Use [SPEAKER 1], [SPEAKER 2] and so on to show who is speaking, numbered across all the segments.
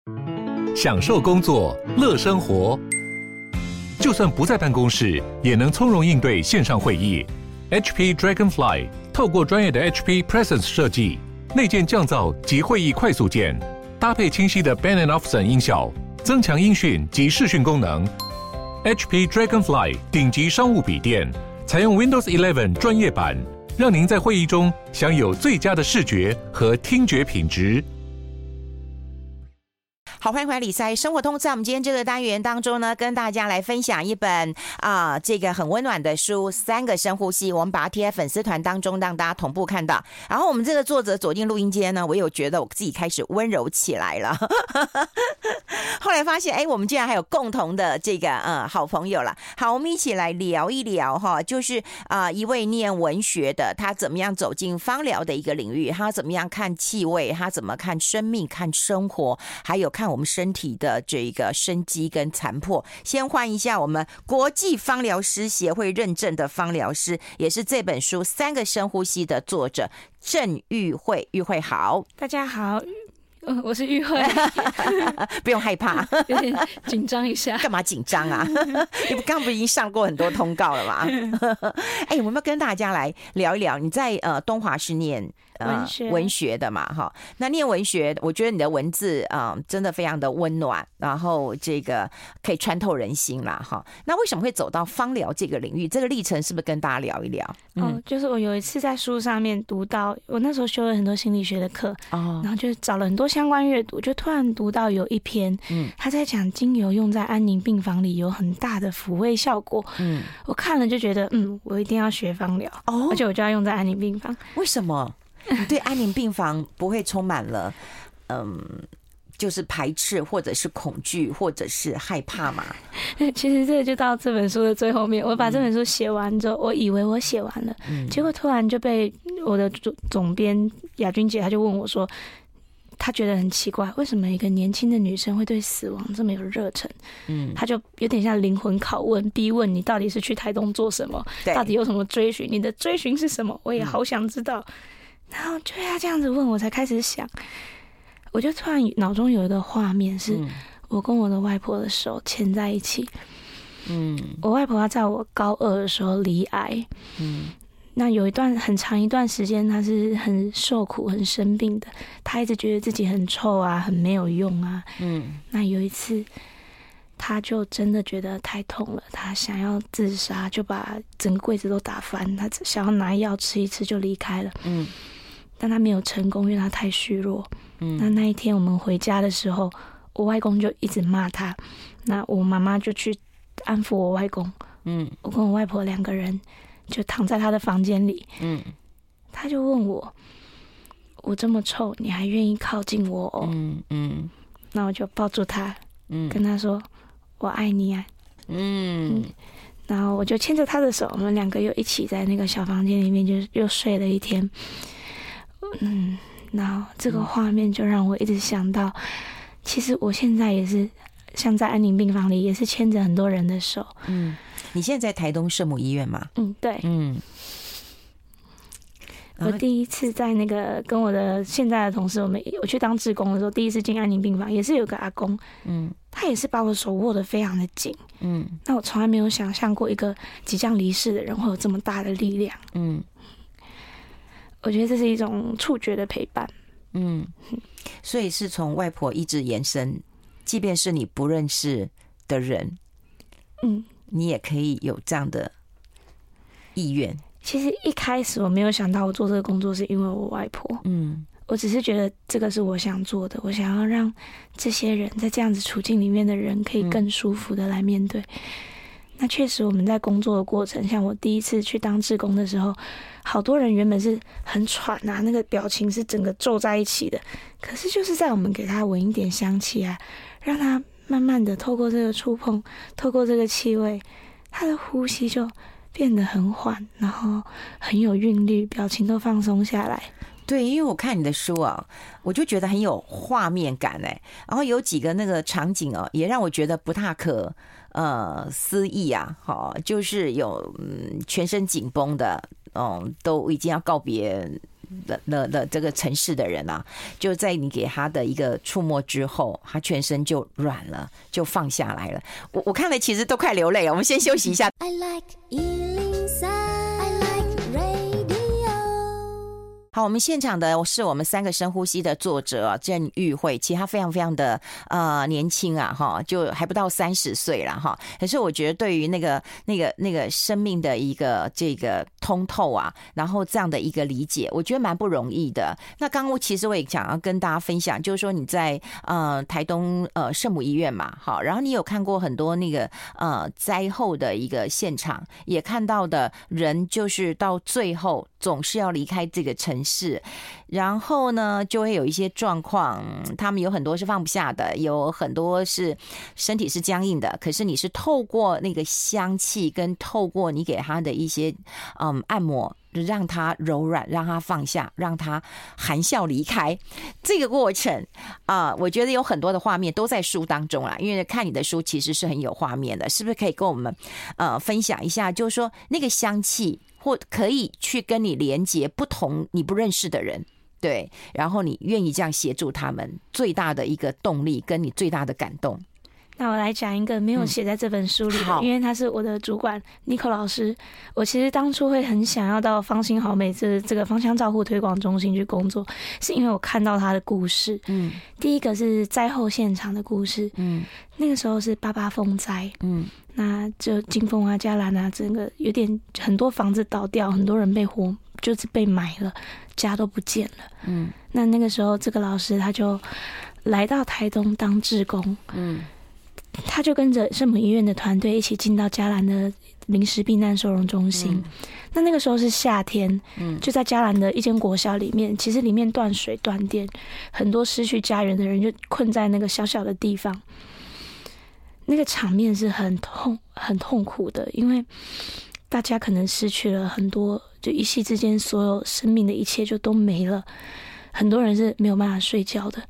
[SPEAKER 1] 享受工作，乐生活。就算不在办公室，也能从容应对线上会议。HP Dragonfly 透过专业的 HP Presence 设计，内建降噪及会议快速键，搭配清晰的 Bang & Olufsen 音效，增强音讯及视讯功能。HP Dragonfly 顶级商务笔电，采用 Windows 11专业版，让您在会议中享有最佳的视觉和听觉品质。
[SPEAKER 2] 好，欢迎回来理财生活通。在我们今天这个单元当中呢，跟大家来分享一本这个很温暖的书，3个深呼吸，我们把它贴在粉丝团当中，让大家同步看到。然后我们这个作者走进录音间呢，我有觉得我自己开始温柔起来了。后来发现，我们竟然还有共同的这个好朋友了。好，我们一起来聊一聊哈，就是一位念文学的，他怎么样走进芳疗的一个领域，他怎么样看气味，他怎么看生命、看生活，还有看我们身体的这个生机跟残破。先换一下我们国际芳疗师协会认证的芳疗师，也是这本书3个深呼吸的作者郑玉慧。玉慧好。
[SPEAKER 3] 大家好，我是玉慧。
[SPEAKER 2] 不用害怕，
[SPEAKER 3] 有点紧张一下。
[SPEAKER 2] 干嘛紧张啊？你刚刚不已经上过很多通告了吗？我们要跟大家来聊一聊，你在东华是念文学的嘛，哈。那念文学，我觉得你的文字真的非常的温暖，然后这个可以穿透人心啦，哈。那为什么会走到芳疗这个领域？这个历程是不是跟大家聊一聊？
[SPEAKER 3] 就是我有一次在书上面读到，我那时候修了很多心理学的课，然后就找了很多相关阅读，就突然读到有一篇，他在讲精油用在安宁病房里有很大的抚慰效果。我看了就觉得，我一定要学芳疗，而且我就要用在安宁病房。
[SPEAKER 2] 为什么？你对安宁病房不会充满了就是排斥或者是恐惧或者是害怕嘛？
[SPEAKER 3] 其实这就到这本书的最后面，我把这本书写完之后，我以为我写完了，结果突然就被我的总编雅君姐，她就问我说，她觉得很奇怪，为什么一个年轻的女生会对死亡这么有热忱？她就有点像灵魂拷问，逼问你到底是去台东做什么，到底有什么追寻，你的追寻是什么？我也好想知道。然后就要这样子问，我才开始想，我就突然脑中有一个画面，是我跟我的外婆的手牵在一起。我外婆她在我高2的时候罹癌，那有很长一段时间她是很受苦、很生病的，她一直觉得自己很臭啊，很没有用啊。那有一次，她就真的觉得太痛了，她想要自杀，就把整个柜子都打翻，她想要拿药吃一吃就离开了。但她没有成功，因为她太虚弱。那一天我们回家的时候，我外公就一直骂她，那我妈妈就去安抚我外公。我跟我外婆2个人就躺在她的房间里。她就问我这么臭，你还愿意靠近我哦？那我就抱住她，跟她说我爱你啊。然后我就牵着她的手，我们2个又一起在那个小房间里面就又睡了一天。然后这个画面就让我一直想到，其实我现在也是像在安宁病房里，也是牵着很多人的手。
[SPEAKER 2] 你现在在台东圣母医院吗？
[SPEAKER 3] 对。我第一次在那个跟我的现在的同事，我去当志工的时候，第一次进安宁病房，也是有个阿公，他也是把我手握得非常的紧。那我从来没有想象过一个即将离世的人会有这么大的力量。我觉得这是一种触觉的陪伴。
[SPEAKER 2] 所以是从外婆一直延伸，即便是你不认识的人，你也可以有这样的意愿。
[SPEAKER 3] 其实一开始我没有想到我做这个工作是因为我外婆，我只是觉得这个是我想做的，我想要让这些人在这样子处境里面的人可以更舒服的来面对。那确实我们在工作的过程，像我第一次去当志工的时候，好多人原本是很喘啊，那个表情是整个皱在一起的，可是就是在我们给他闻一点香气啊，让他慢慢的透过这个触碰，透过这个气味，他的呼吸就变得很缓，然后很有韵律，表情都放松下来。
[SPEAKER 2] 对，因为我看你的书啊，我就觉得很有画面感然后有几个那个场景也让我觉得不大可思议啊，就是有全身紧绷的，都已经要告别了这个城市的人啊，就在你给他的一个触摸之后，他全身就软了，就放下来了。我看了其实都快流泪了。我们先休息一下。I like 103, I like radio。好，我们现场的是我们3个深呼吸的作者郑玉慧，其实他非常非常的年轻啊，哈，就还不到30岁啦，哈。可是我觉得对于那个生命的一个这个通透啊，然后这样的一个理解，我觉得蛮不容易的。那刚刚其实我也想要跟大家分享，就是说你在台东圣母医院嘛，好，然后你有看过很多那个灾后的一个现场，也看到的人就是到最后总是要离开这个城市，然后呢就会有一些状况，他们有很多是放不下的，有很多是身体是僵硬的，可是你是透过那个香气跟透过你给他的一些按摩，让他柔软，让他放下，让他含笑离开。这个过程我觉得有很多的画面都在书当中啦，因为看你的书其实是很有画面的，是不是可以跟我们分享一下，就是说那个香气或可以去跟你连接不同你不认识的人，对，然后你愿意这样协助他们，最大的一个动力跟你最大的感动。
[SPEAKER 3] 那我来讲一个没有写在这本书里的，因为他是我的主管 Nico 老师。我其实当初会很想要到芳心好美这个芳香照护推广中心去工作，是因为我看到他的故事。第一个是灾后现场的故事。那个时候是88风灾。那就金峰啊、嘉兰啊，整个有点很多房子倒掉，很多人就是被埋了，家都不见了。那个时候这个老师他就来到台东当志工。他就跟着圣母医院的团队一起进到嘉兰的临时避难收容中心。那个时候是夏天，就在嘉兰的一间国小里面，其实里面断水断电，很多失去家园的人就困在那个小小的地方。那个场面是很痛苦的，因为大家可能失去了很多，就一夕之间所有生命的一切就都没了，很多人是没有办法睡觉的。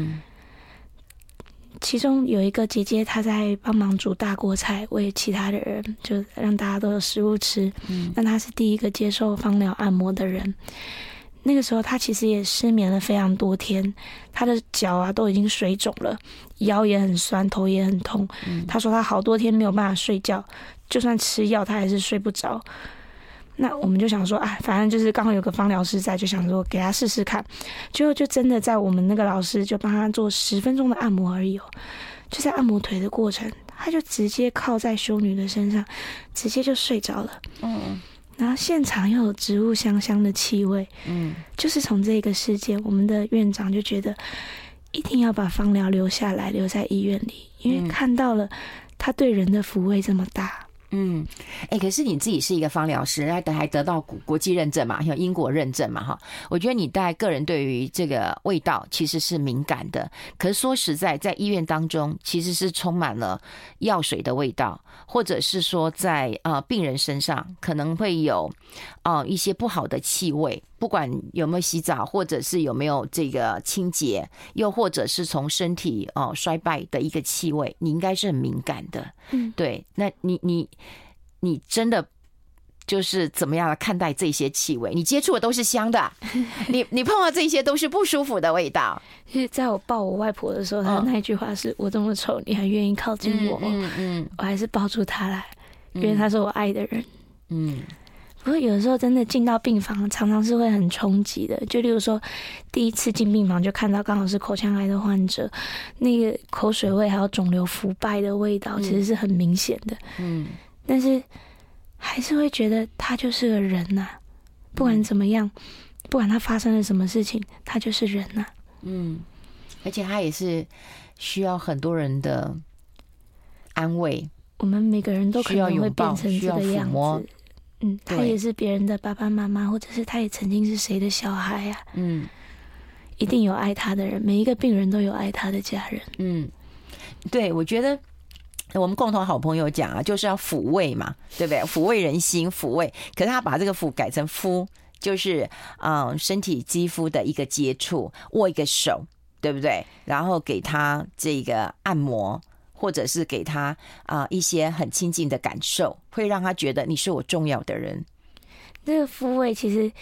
[SPEAKER 3] 其中有一个姐姐，她在帮忙煮大锅菜，为其他的人，就让大家都有食物吃。那她是第一个接受芳疗按摩的人。那个时候她其实也失眠了非常多天，她的脚啊都已经水肿了，腰也很酸，头也很痛。她说她好多天没有办法睡觉，就算吃药她还是睡不着。那我们就想说，反正就是刚好有个芳疗师在，就想说给他试试看。结果就真的在我们那个老师就帮他做10分钟的按摩而已就在按摩腿的过程，他就直接靠在修女的身上，直接就睡着了。然后现场又有植物香香的气味。就是从这个事件，我们的院长就觉得一定要把芳疗留下来，留在医院里，因为看到了他对人的抚慰这么大。
[SPEAKER 2] 可是你自己是一个芳疗师，还得到国际认证嘛，有英国认证嘛，哈。我觉得你个人对于这个味道其实是敏感的，可是说实在，在医院当中其实是充满了药水的味道，或者是说在病人身上可能会有一些不好的气味。不管有没有洗澡，或者是有没有这个清洁，又或者是从身体衰败的一个气味，你应该是很敏感的。对，那你真的就是怎么样看待这些气味？你接触的都是香的，你碰到这些都是不舒服的味道。
[SPEAKER 3] 其实在我抱我外婆的时候，她那一句话是：我这么丑，你还愿意靠近我？我还是抱住她来，因为她是我爱的人。不过有的时候真的进到病房，常常是会很冲击的。就例如说，第一次进病房就看到刚好是口腔癌的患者，那个口水味还有肿瘤腐败的味道，其实是很明显的。但是还是会觉得他就是个人呐，不管怎么样，不管他发生了什么事情，他就是人呐。
[SPEAKER 2] 而且他也是需要很多人的安慰。
[SPEAKER 3] 我们每个人都可能会变成这个样子。他也是别人的爸爸妈妈，或者是他也曾经是谁的小孩啊。一定有爱他的人，每一个病人都有爱他的家人。
[SPEAKER 2] 对，我觉得我们共同好朋友讲啊，就是要抚慰嘛，对不对？抚慰人心，抚慰。可是他把这个抚改成肤，就是身体肌肤的一个接触，握一个手，对不对？然后给他这个按摩，或者是给他一些很亲近的感受，会让他觉得你是我重要的人。
[SPEAKER 3] 这个抚慰其实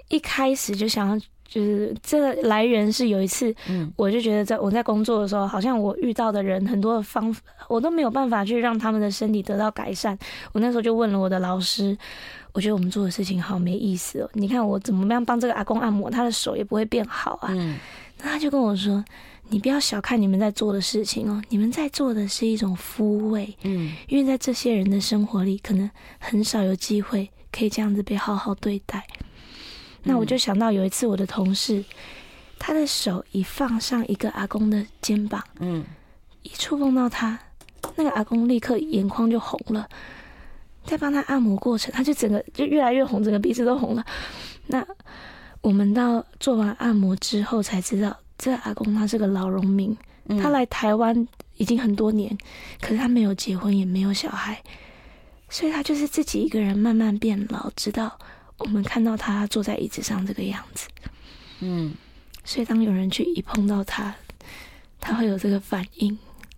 [SPEAKER 3] 一开始就想要。就是这个来源是有一次，我就觉得我在工作的时候，好像我遇到的人很多的方法，我都没有办法去让他们的身体得到改善。我那时候就问了我的老师，我觉得我们做的事情好没意思哦。你看我怎么样帮这个阿公按摩，他的手也不会变好啊。那他就跟我说，你不要小看你们在做的事情哦，你们在做的是一种抚慰。因为在这些人的生活里，可能很少有机会可以这样子被好好对待。那我就想到有一次我的同事，他的手一放上一个阿公的肩膀，一触碰到他，那个阿公立刻眼眶就红了。在帮他按摩过程，他就整个就越来越红，整个鼻子都红了。那我们到做完按摩之后才知道，这个阿公他是个老农民，他来台湾已经很多年，可是他没有结婚也没有小孩，所以他就是自己一个人慢慢变老，直到我们看到他坐在椅子上这个样子。所以当有人去一碰到他，他会有这个反应。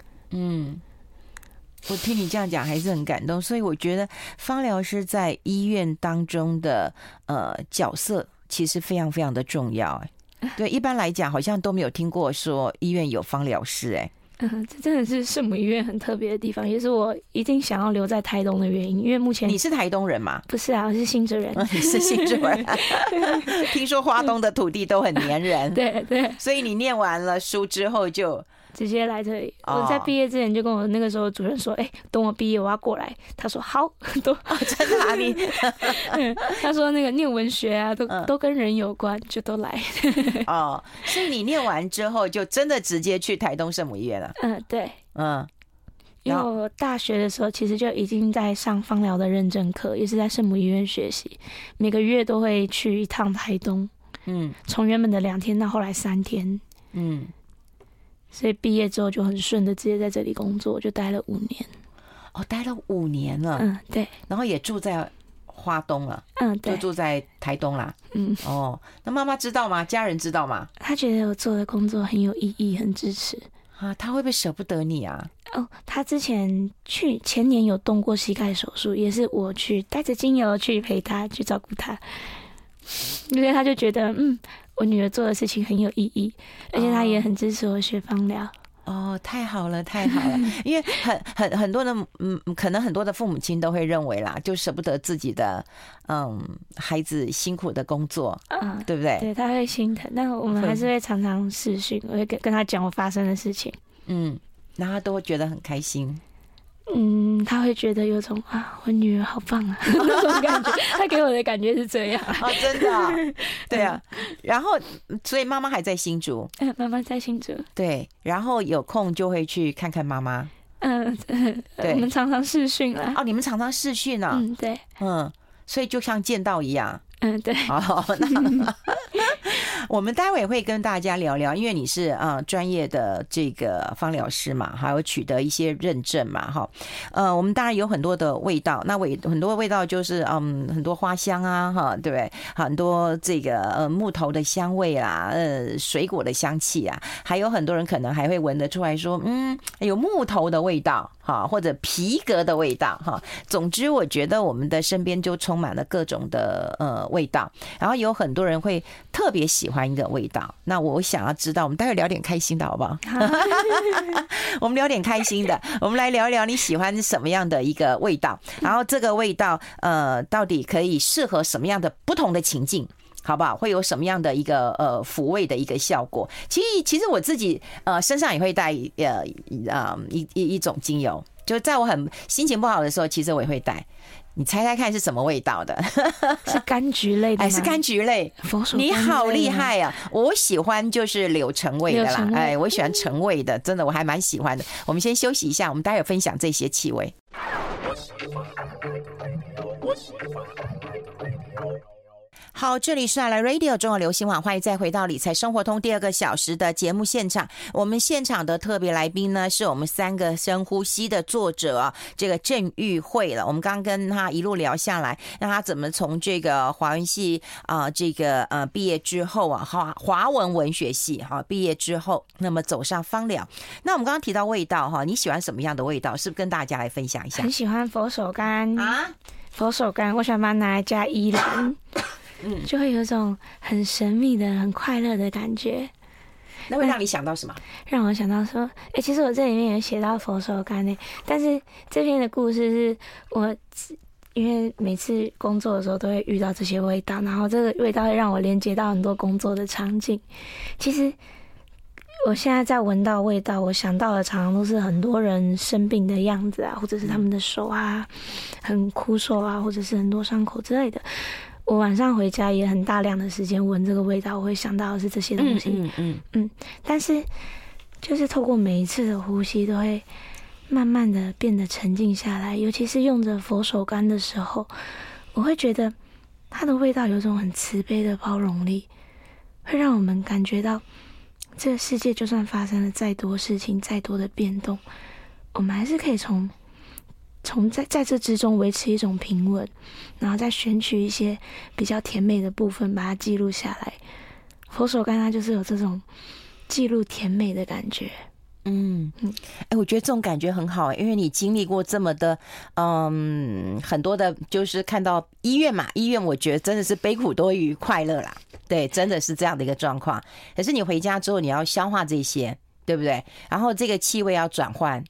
[SPEAKER 2] 我听你这样讲还是很感动，所以我觉得芳疗师在医院当中的角色其实非常非常的重要。对，一般来讲好像都没有听过说医院有芳疗师。
[SPEAKER 3] 这真的是圣母医院很特别的地方，也是我一定想要留在台东的原因。因为目前
[SPEAKER 2] 你是台东人吗？
[SPEAKER 3] 不是啊，我是新竹人。
[SPEAKER 2] 你是新竹人。听说花东的土地都很黏人。
[SPEAKER 3] 对对，
[SPEAKER 2] 所以你念完了书之后就
[SPEAKER 3] 直接来这里。我在毕业之前就跟我那个时候主任说，等我毕业我要过来。他说好，都
[SPEAKER 2] 真的啊你
[SPEAKER 3] 他说那个念文学啊，都跟人有关，就都来。
[SPEAKER 2] 所以你念完之后就真的直接去台东圣母医院了。
[SPEAKER 3] 对，因为我大学的时候其实就已经在上芳疗的认证课，也是在圣母医院学习，每个月都会去一趟台东。从原本的2天到后来3天。所以毕业之后就很顺的直接在这里工作，就待了5年。
[SPEAKER 2] 待了5年了。
[SPEAKER 3] 对。
[SPEAKER 2] 然后也住在花东了。
[SPEAKER 3] 对，
[SPEAKER 2] 就住在台东啦。那妈妈知道吗？家人知道吗？
[SPEAKER 3] 他觉得我做的工作很有意义，很支持。
[SPEAKER 2] 他会不会舍不得你啊？
[SPEAKER 3] 他之前前年有动过膝盖手术，也是我去带着精油去陪他，去照顾他。因为他就觉得我女儿做的事情很有意义，而且他也很支持我学芳疗。
[SPEAKER 2] 太好了，太好了！因为很多的可能很多的父母亲都会认为啦，就舍不得自己的孩子辛苦的工作，对不对？
[SPEAKER 3] 对，他会心疼，但我们还是会常常视讯，我会跟他讲我发生的事情。
[SPEAKER 2] 然后他都会觉得很开心。
[SPEAKER 3] 他会觉得有种我女儿好棒啊那种感觉，他给我的感觉是这样。
[SPEAKER 2] 真的对啊。然后所以妈妈还在新竹。
[SPEAKER 3] 妈妈在新竹。
[SPEAKER 2] 对，然后有空就会去看看妈妈。
[SPEAKER 3] 对，我们常常视讯啊。
[SPEAKER 2] 你们常常视讯啊？
[SPEAKER 3] 对。
[SPEAKER 2] 所以就像见到一样。
[SPEAKER 3] 对。
[SPEAKER 2] 那我们待会会跟大家聊聊，因为你是专业的这个芳疗师嘛，还有取得一些认证嘛，我们当然有很多的味道，那很多味道就是很多花香啊，对不对？很多这个木头的香味啦，水果的香气啊，还有很多人可能还会闻得出来说，有木头的味道或者皮革的味道总之，我觉得我们的身边就充满了各种的味道，然后有很多人会特别喜欢一个味道。那我想要知道，我们待会聊点开心的好不好？我们聊点开心的，我们来聊一聊你喜欢什么样的一个味道，然后这个味道到底可以适合什么样的不同的情境，好不好？会有什么样的一个抚慰的一个效果？其实我自己身上也会带一种精油，就在我很心情不好的时候，其实我也会带。你猜猜看是什么味道的？
[SPEAKER 3] 是柑橘类的吗？
[SPEAKER 2] 是柑橘类。你好厉害啊！我喜欢就是柳橙味的啦，我喜欢橙味的，真的我还蛮喜欢的。我们先休息一下，我们待会分享这些气味。好，这里是来 Radio 中国流行网，欢迎再回到理财生活通第2个小时的节目现场。我们现场的特别来宾呢，是我们3个深呼吸的作者这个郑玉慧了。我们刚刚跟他一路聊下来，让他怎么从这个华文系这个毕业之后华文文学系毕业之后，那么走上芳疗。那我们刚刚提到味道你喜欢什么样的味道？是不是跟大家来分享一下？
[SPEAKER 3] 很喜欢佛手柑佛手柑，我喜欢把它拿来加依兰。 就会有一种很神秘的、很快乐的感觉。
[SPEAKER 2] 那会让你想到什么？
[SPEAKER 3] 让我想到说，其实我这里面有写到佛手柑呢，但是这篇的故事是我因为每次工作的时候都会遇到这些味道，然后这个味道会让我连接到很多工作的场景。其实我现在在闻到味道，我想到的常常都是很多人生病的样子啊，或者是他们的手啊很枯瘦啊，或者是很多伤口之类的。我晚上回家也很大量的时间闻这个味道，我会想到的是这些东西。但是就是透过每一次的呼吸，都会慢慢的变得沉静下来。尤其是用着佛手柑的时候，我会觉得它的味道有种很慈悲的包容力，会让我们感觉到这个世界就算发生了再多事情，再多的变动，我们还是可以从在这之中维持一种平稳，然后再选取一些比较甜美的部分把它记录下来。佛手柑它就是有这种记录甜美的感觉。
[SPEAKER 2] 我觉得这种感觉很好，因为你经历过这么的很多的，就是看到医院嘛，医院我觉得真的是悲苦多于快乐啦，对，真的是这样的一个状况。可是你回家之后你要消化这些，对不对？然后这个气味要转换。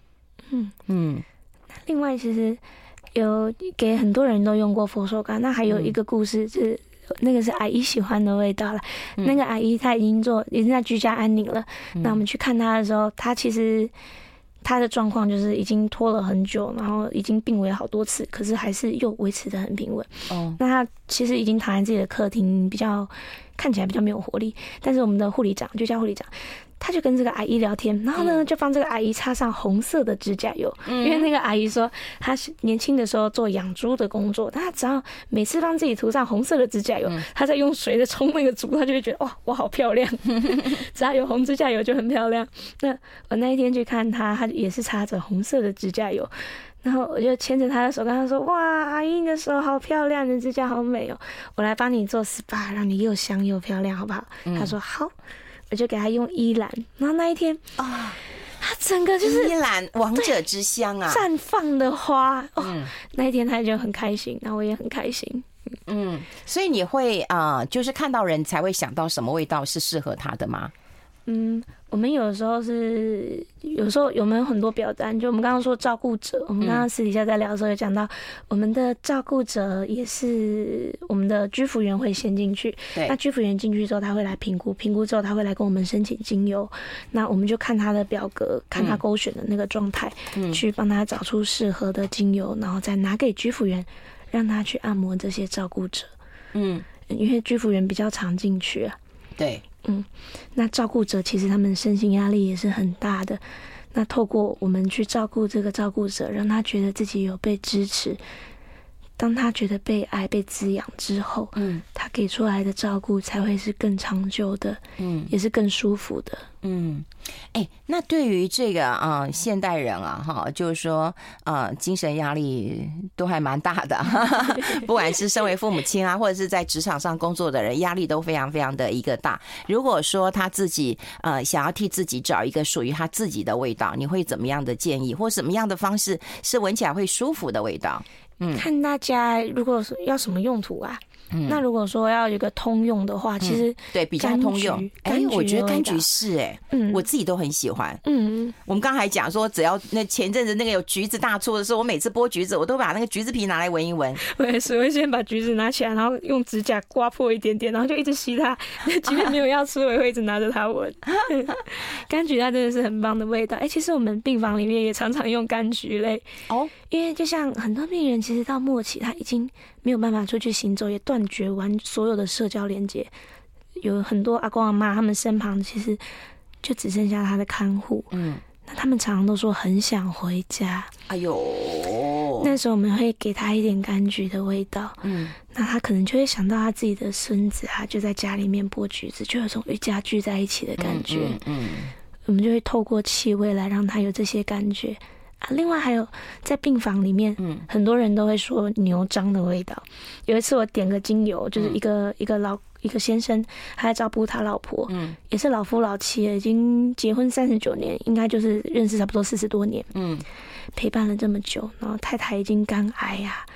[SPEAKER 3] 另外其实有给很多人都用过佛手柑，那还有一个故事是那个是阿姨喜欢的味道了。那个阿姨她已经在居家安宁了。那我们去看她的时候，她其实她的状况就是已经拖了很久，然后已经病危好多次，可是还是又维持得很平稳。那她其实已经躺在自己的客厅，看起来比较没有活力。但是我们的护理长，居家护理长，他就跟这个阿姨聊天，然后呢就帮这个阿姨擦上红色的指甲油。因为那个阿姨说她年轻的时候做养猪的工作，但她只要每次帮自己涂上红色的指甲油，她在用水的冲那个猪，她就会觉得哇我好漂亮。只要有红指甲油就很漂亮。那我那一天去看她也是擦着红色的指甲油，然后我就牵着她的手跟她说，哇阿姨你的手好漂亮，你的指甲好美哦，我来帮你做 SPA 让你又香又漂亮好不好？她说好。我就给他用依兰，然后那一天他整个就是
[SPEAKER 2] 依兰王者之乡啊，
[SPEAKER 3] 绽放的花。那一天他就很开心，然后我也很开心。
[SPEAKER 2] 所以你会就是看到人才会想到什么味道是适合他的吗？
[SPEAKER 3] 我们有时候有没有很多表单，就我们刚刚说照顾者，我们刚刚私底下在聊的时候有讲到，我们的照顾者也是我们的居服员会先进去。那居服员进去之后，他会来评估之后，他会来跟我们申请精油。那我们就看他的表格，看他勾选的那个状态，去帮他找出适合的精油，然后再拿给居服员，让他去按摩这些照顾者。因为居服员比较常进去啊。对。那照顾者其实他们身心压力也是很大的。那透过我们去照顾这个照顾者，让他觉得自己有被支持，当他觉得被爱被滋养之后，他给出来的照顾才会是更长久的，也是更舒服的。
[SPEAKER 2] 那对于这个现代人啊，就是说精神压力都还蛮大的，不管是身为父母亲啊，或者是在职场上工作的人，压力都非常非常的一个大。如果说他自己想要替自己找一个属于他自己的味道，你会怎么样的建议，或什么样的方式是闻起来会舒服的味道？
[SPEAKER 3] 看大家如果要什么用途啊。那如果说要有一个通用的话，其实
[SPEAKER 2] 对比较通用。我觉得柑橘是我自己都很喜欢。我们刚才讲说，只要那前阵子那个有橘子大促的时候，我每次剥橘子，我都把那个橘子皮拿来闻一闻。
[SPEAKER 3] 我也是会先把橘子拿起来，然后用指甲刮破一点点，然后就一直吸它。即便没有要吃，我也会一直拿着它闻。柑橘它真的是很棒的味道。其实我们病房里面也常常用柑橘类。因为就像很多病人，其实到末期他已经没有办法出去行走，也断绝完所有的社交连接。有很多阿公阿嬷他们身旁其实就只剩下他的看护。那他们常常都说很想回家。那时候我们会给他一点柑橘的味道。那他可能就会想到他自己的孙子啊，就在家里面剥橘子，就有种一家聚在一起的感觉。我们就会透过气味来让他有这些感觉。另外还有在病房里面，很多人都会说牛樟的味道。有一次我点个精油，就是一个先生，他在照顾他老婆，也是老夫老妻了，已经结婚39年，应该就是认识差不多40多年，陪伴了这么久，然后太太已经肝癌啊，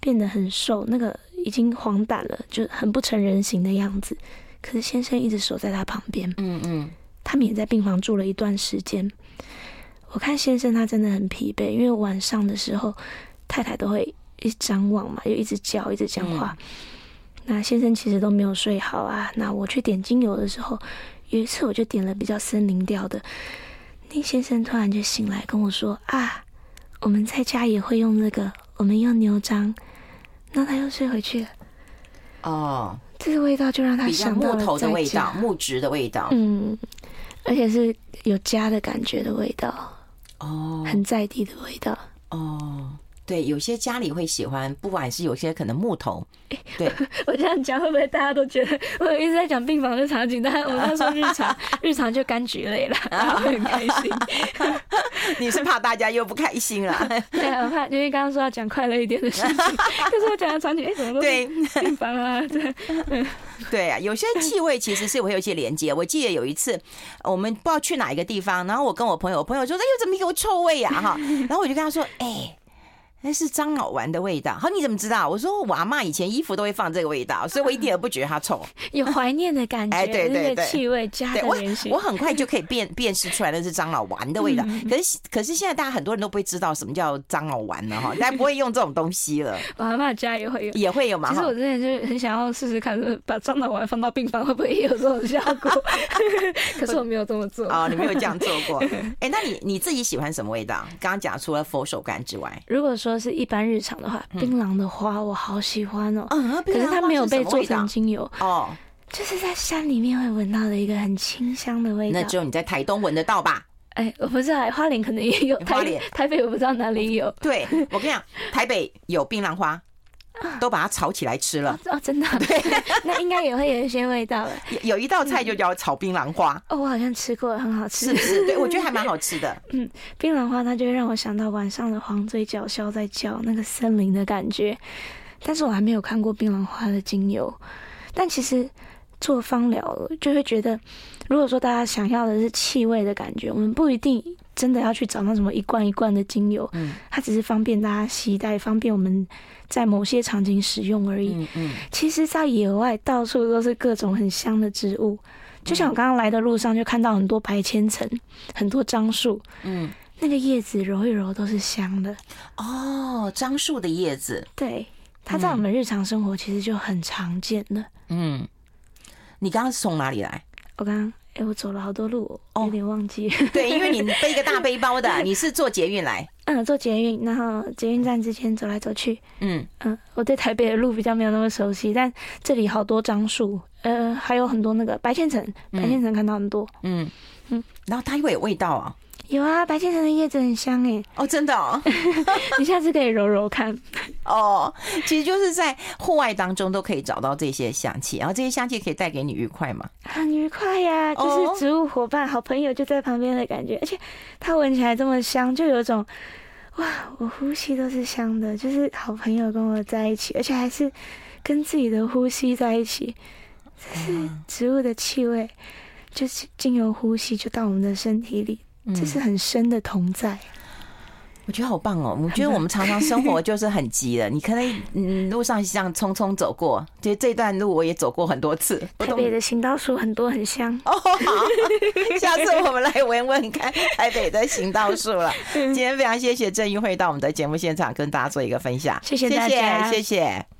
[SPEAKER 3] 变得很瘦，那个已经黄疸了，就很不成人形的样子。可是先生一直守在他旁边，他们也在病房住了一段时间。我看先生他真的很疲惫，因为晚上的时候太太都会一直张望嘛，又一直叫一直讲话，那先生其实都没有睡好啊。那我去点精油的时候，有一次我就点了比较森林调的，那先生突然就醒来跟我说啊，我们在家也会用那个，我们用牛樟，那他又睡回去了。哦，这个味道就让他想到了
[SPEAKER 2] 比较木头的味道，木质的味道，
[SPEAKER 3] 而且是有家的感觉的味道，很在地的味道。
[SPEAKER 2] 对，有些家里会喜欢，不管是有些可能木头，对。
[SPEAKER 3] 我这样讲会不会大家都觉得我一直在讲病房的场景？但我刚说日常就柑橘类了，大家会很开心。
[SPEAKER 2] 你是怕大家又不开心了？
[SPEAKER 3] 对啊，我怕，因为刚刚说要讲快乐一点的事情，可是我讲的场景，怎么都是病房啊？
[SPEAKER 2] 对啊，有些气味其实是会有一些连接。我记得有一次，我们不知道去哪一个地方，然后我跟我朋友说：“哎呦，怎么有臭味呀？”哈，然后我就跟他说：“那是樟脑丸的味道。”好，你怎么知道？我说我阿嬷以前衣服都会放这个味道，所以我一点都不觉得它臭，
[SPEAKER 3] 有怀念的感觉。
[SPEAKER 2] 对对对，
[SPEAKER 3] 气味加的联系，
[SPEAKER 2] 我很快就可以辨识出来那是樟脑丸的味道。可是现在大家很多人都不会知道什么叫樟脑丸了哈，大家不会用这种东西了。
[SPEAKER 3] 我阿嬷家也会有嘛。其实我之前就很想要试试看，把樟脑丸放到病房会不会也有这种效果？可是我没有这么做。
[SPEAKER 2] 你没有这样做过。那你自己喜欢什么味道？刚刚讲除了佛手柑之外，
[SPEAKER 3] 如果说是一般日常的话，槟榔的花我好喜欢哦。可是它没有被做成精油就是在山里面会闻到的一个很清香的味道。
[SPEAKER 2] 那只有你在台东闻得到吧？
[SPEAKER 3] 我不知道，花莲可能也有，台北我不知道哪里有。
[SPEAKER 2] 对，我跟你讲，台北有槟榔花，都把它炒起来吃了。
[SPEAKER 3] 真的？对，那应该也会有一些味道了。
[SPEAKER 2] 有一道菜就叫炒槟榔花。
[SPEAKER 3] 我好像吃过，很好吃，
[SPEAKER 2] 是不是？对，我觉得还蛮好吃的。
[SPEAKER 3] 槟榔花它就会让我想到晚上的黄嘴角鸮在叫，那个森林的感觉。但是我还没有看过槟榔花的精油。但其实做芳疗就会觉得，如果说大家想要的是气味的感觉，我们不一定真的要去找那什么一罐一罐的精油，它只是方便大家携带，方便我们在某些场景使用而已。其实在野外到处都是各种很香的植物，就像我刚刚来的路上就看到很多白千层，很多樟树，那个叶子揉一揉都是香的。
[SPEAKER 2] 樟树的叶子，
[SPEAKER 3] 对，它在我们日常生活其实就很常见的。
[SPEAKER 2] 你刚刚是从哪里来？
[SPEAKER 3] 我走了好多路，有点忘记。
[SPEAKER 2] 对，因为你背一个大背包的，你是坐捷运来？
[SPEAKER 3] 坐捷运，然后捷运站之间走来走去。我对台北的路比较没有那么熟悉，但这里好多樟树，还有很多那个白千层，看到很多。
[SPEAKER 2] 然后它会有味道啊？
[SPEAKER 3] 有啊，白千层的叶子很香
[SPEAKER 2] 真的哦。
[SPEAKER 3] 你下次可以揉揉看。
[SPEAKER 2] 其实就是在户外当中都可以找到这些香气，然后这些香气可以带给你愉快吗？
[SPEAKER 3] 很愉快呀，就是植物伙伴、好朋友就在旁边的感觉，而且它闻起来这么香，就有一种哇，我呼吸都是香的，就是好朋友跟我在一起，而且还是跟自己的呼吸在一起，这是植物的气味，就是经由呼吸就到我们的身体里。这是很深的同在，
[SPEAKER 2] 我觉得好棒哦！我觉得我们常常生活就是很急了，你可能路上这样匆匆走过，这段路我也走过很多次。
[SPEAKER 3] 台北的行道树很多很香
[SPEAKER 2] 好，下次我们来闻闻看台北的行道树了。今天非常谢谢郑玉慧到我们的节目现场跟大家做一个分享，
[SPEAKER 3] 谢谢大家，
[SPEAKER 2] 谢谢。